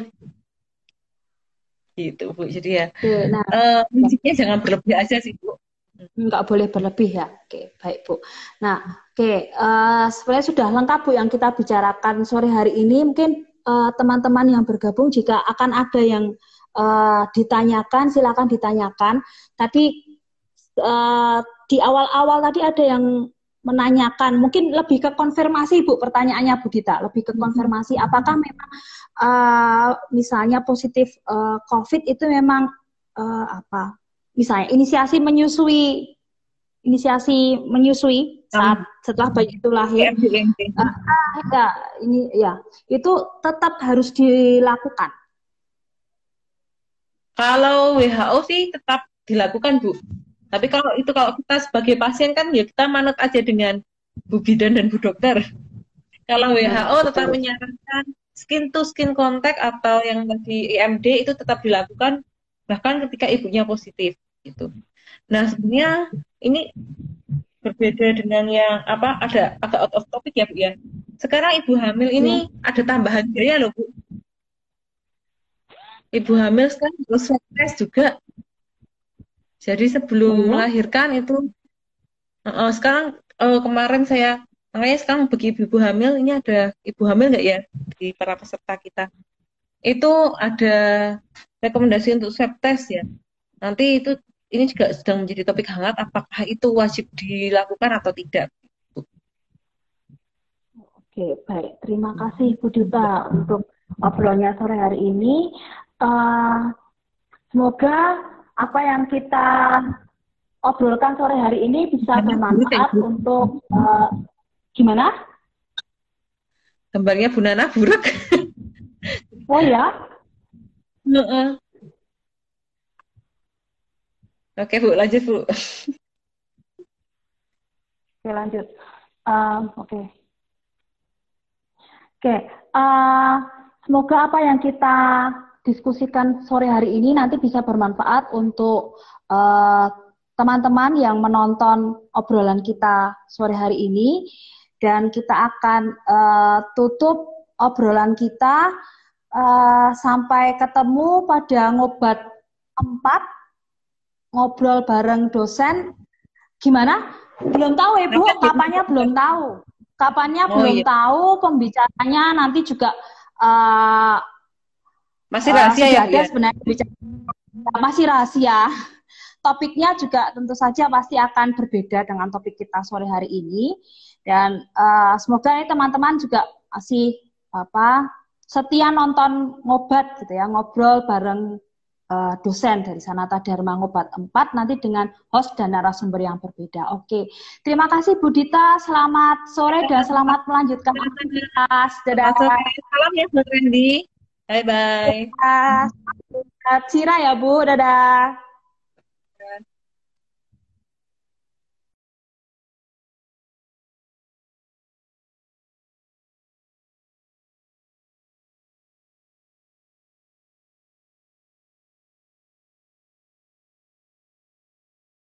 gitu Bu. Jadi ya Oke, nah, eh, prinsipnya jangan berlebih aja sih Bu. nggak boleh berlebih ya. Oke, baik Bu. Nah, oke, eh, sebenarnya sudah lengkap Bu yang kita bicarakan sore hari ini. Mungkin eh, teman-teman yang bergabung jika akan ada yang eh, ditanyakan, silakan ditanyakan. Tadi eh, di awal-awal tadi ada yang menanyakan, mungkin lebih ke konfirmasi Bu, pertanyaannya Bu Dita, lebih ke konfirmasi apakah memang eh, misalnya positif eh, COVID itu memang eh, apa? Misalnya inisiasi menyusui, inisiasi menyusui saat Um, setelah bayi itu lahir, E M D, E M D. eh, ya ini ya itu tetap harus dilakukan. Kalau W H O sih tetap dilakukan Bu. Tapi kalau itu kalau kita sebagai pasien kan ya kita manut aja dengan Bu Bidan dan Bu Dokter. Kalau Nah, W H O tetap betul. menyarankan skin to skin contact atau yang tadi E M D itu tetap dilakukan bahkan ketika ibunya positif gitu. Nah, sebenarnya ini berbeda dengan yang apa ada agak out of topic ya Bu ya. Sekarang ibu hamil ini Hmm. ada tambahan biaya loh Bu. Ibu hamil sekarang harus swab test juga. Jadi sebelum Oh ya. melahirkan itu uh, sekarang uh, kemarin saya makanya sekarang bagi ibu hamil ini ada ibu hamil nggak ya di para peserta kita itu ada rekomendasi untuk swab test ya. Nanti itu ini juga sedang menjadi topik hangat apakah itu wajib dilakukan atau tidak. Oke, baik. Terima kasih Bu Dita untuk obrolannya sore hari ini. Eh, semoga apa yang kita obrolkan sore hari ini bisa Gambarnya buruk ya bermanfaat Bu. untuk eh, gimana? Gambarnya Bu Nana buruk. Oh ya, Heeh. Oke Bu, lanjut Bu. oke lanjut. Um, oke, oke. Eh, semoga apa yang kita diskusikan sore hari ini nanti bisa bermanfaat untuk eh, teman-teman yang menonton obrolan kita sore hari ini. Dan kita akan eh, tutup obrolan kita eh, sampai ketemu pada ngobat empat, ngobrol bareng dosen. Gimana? Belum tahu Ibu, Nanti kapannya belum tahu. Kapannya oh belum iya, tahu, pembicaranya nanti juga uh, masih uh, rahasia ya sudah Bu ada ya. sebenarnya pembicaranya, masih rahasia. Topiknya juga tentu saja pasti akan berbeda dengan topik kita sore hari ini. Dan uh, semoga nih teman-teman juga masih apa setia nonton ngobat gitu ya, ngobrol bareng uh, dosen dari Sanata Dharma Ngobat empat nanti dengan host dan narasumber yang berbeda. Oke, terima kasih Bu Dita, selamat sore dan selamat melanjutkan aktivitas. Dadah. Salam ya Bu Randy. Bye bye. Cira ya Bu, dadah.